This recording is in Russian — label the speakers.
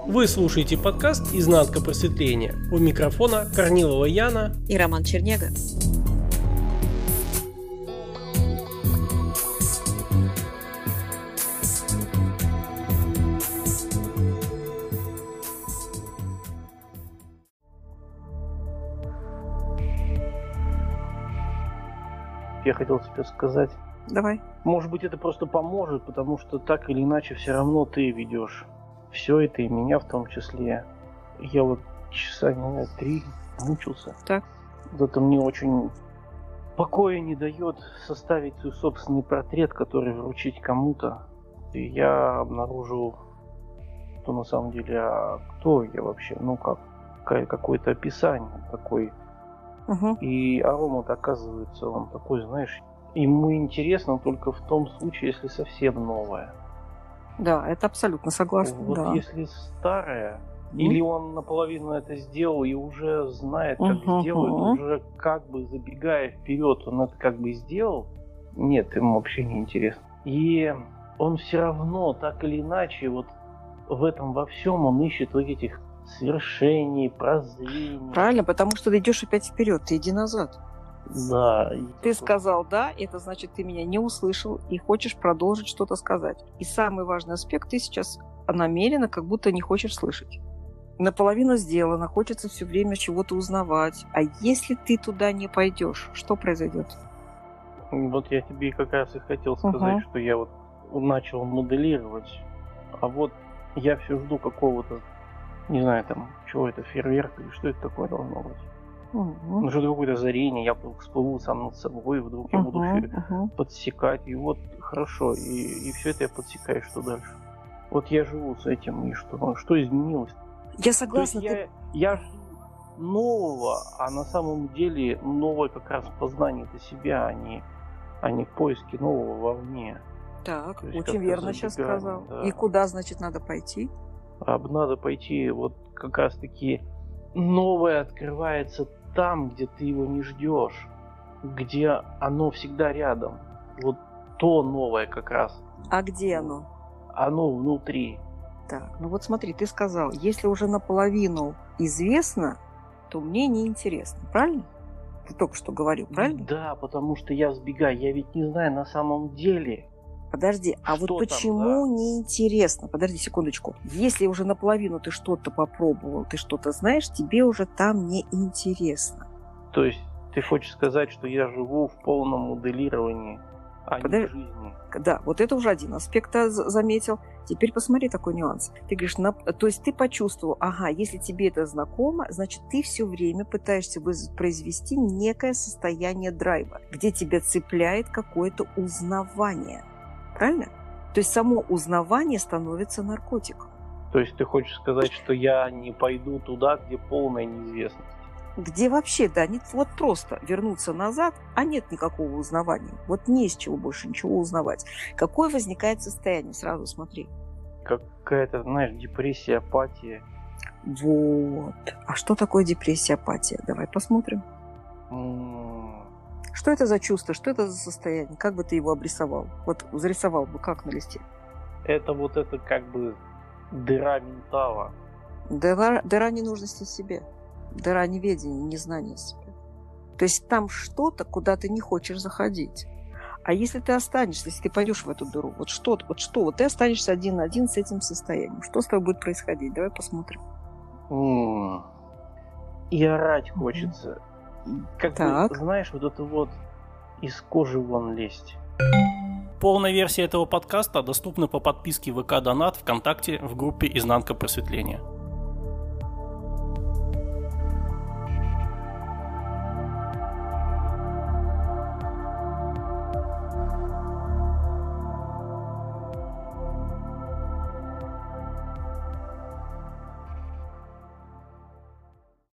Speaker 1: Вы слушаете подкаст «Изнанка просветления». У микрофона Корнилова Яна
Speaker 2: и Роман Чернега.
Speaker 3: Я хотел тебе сказать.
Speaker 2: Давай.
Speaker 3: Может быть, это просто поможет, потому что так или иначе все равно ты ведешь все это, и меня в том числе. Я вот часа, не знаю, 3 мучился.
Speaker 2: Так.
Speaker 3: Вот это мне очень покоя не дает составить свой собственный портрет, который вручить кому-то. И я обнаружил, что на самом деле, а кто я вообще? Ну как, какое-то описание такое.
Speaker 2: Угу.
Speaker 3: И аромат, оказывается, он такой, знаешь, ему интересно только в том случае, если совсем новое.
Speaker 2: Да, это абсолютно согласна.
Speaker 3: Вот
Speaker 2: да.
Speaker 3: если старое, или он наполовину это сделал и уже знает, как сделать, уже как бы забегая вперед, он это как бы сделал, нет, ему вообще не интересно. И он все равно, так или иначе, вот в этом во всем он ищет вот этих свершений, прозрений.
Speaker 2: Правильно, потому что ты идешь опять вперед, ты иди назад.
Speaker 3: Да.
Speaker 2: Ты сказал «да», это значит, ты меня не услышал и хочешь продолжить что-то сказать. И самый важный аспект, ты сейчас намеренно как будто не хочешь слышать. Наполовину сделано, хочется все время чего-то узнавать. А если ты туда не пойдешь, что произойдет?
Speaker 3: Вот я тебе как раз и хотел сказать, что я вот начал моделировать, а вот я все жду какого-то, не знаю, там, чего это, фейерверк или что это такое должно быть. Ну, что-то какое-то озарение, я вдруг всплыву сам над собой, вдруг я буду подсекать, и вот хорошо, и все это я подсекаю, что дальше. Вот я живу с этим, и что изменилось?
Speaker 2: Я согласна.
Speaker 3: Я жду нового, а на самом деле новое как раз познание для себя, а не поиски нового вовне.
Speaker 2: Так, очень верно сейчас сказал. Да. И куда, значит, надо пойти?
Speaker 3: Надо пойти, вот как раз таки новое открывается там, где ты его не ждешь, где оно всегда рядом. Вот то новое как раз.
Speaker 2: А где оно?
Speaker 3: Оно внутри.
Speaker 2: Так, ну вот смотри, ты сказал, если уже наполовину известно, то мне неинтересно, правильно? Ты только что говорил, правильно?
Speaker 3: Да, потому что я сбегаю, я ведь не знаю на самом деле.
Speaker 2: Подожди, а вот почему неинтересно? Подожди секундочку. Если уже наполовину ты что-то попробовал, ты что-то знаешь, тебе уже там не интересно.
Speaker 3: То есть ты хочешь сказать, что я живу в полном моделировании, а не в жизни?
Speaker 2: Да, вот это уже один аспект заметил. Теперь посмотри такой нюанс. Ты говоришь, то есть ты почувствовал, если тебе это знакомо, значит, ты все время пытаешься произвести некое состояние драйва, где тебя цепляет какое-то узнавание. Правильно? То есть само узнавание становится наркотиком.
Speaker 3: То есть ты хочешь сказать, что я не пойду туда, где полная неизвестность?
Speaker 2: Где вообще, да, нет, вот просто вернуться назад, а нет никакого узнавания. Вот не из чего больше ничего узнавать. Какое возникает состояние? Сразу смотри.
Speaker 3: Какая-то, знаешь, депрессия, апатия.
Speaker 2: Вот. А что такое депрессия, апатия? Давай посмотрим. Что это за чувство? Что это за состояние? Как бы ты его обрисовал? Вот зарисовал бы как на листе?
Speaker 3: Это как бы дыра ментала.
Speaker 2: Дыра ненужности себе. Дыра неведения, незнания себя. То есть там что-то, куда ты не хочешь заходить. А если ты останешься, если ты пойдешь в эту дыру, вот ты останешься один на один с этим состоянием. Что с тобой будет происходить? Давай посмотрим.
Speaker 3: И орать хочется. Как бы, знаешь, вот это вот из кожи вон лезть.
Speaker 1: Полная версия этого подкаста доступна по подписке ВК Донат ВКонтакте в группе «Изнанка просветления».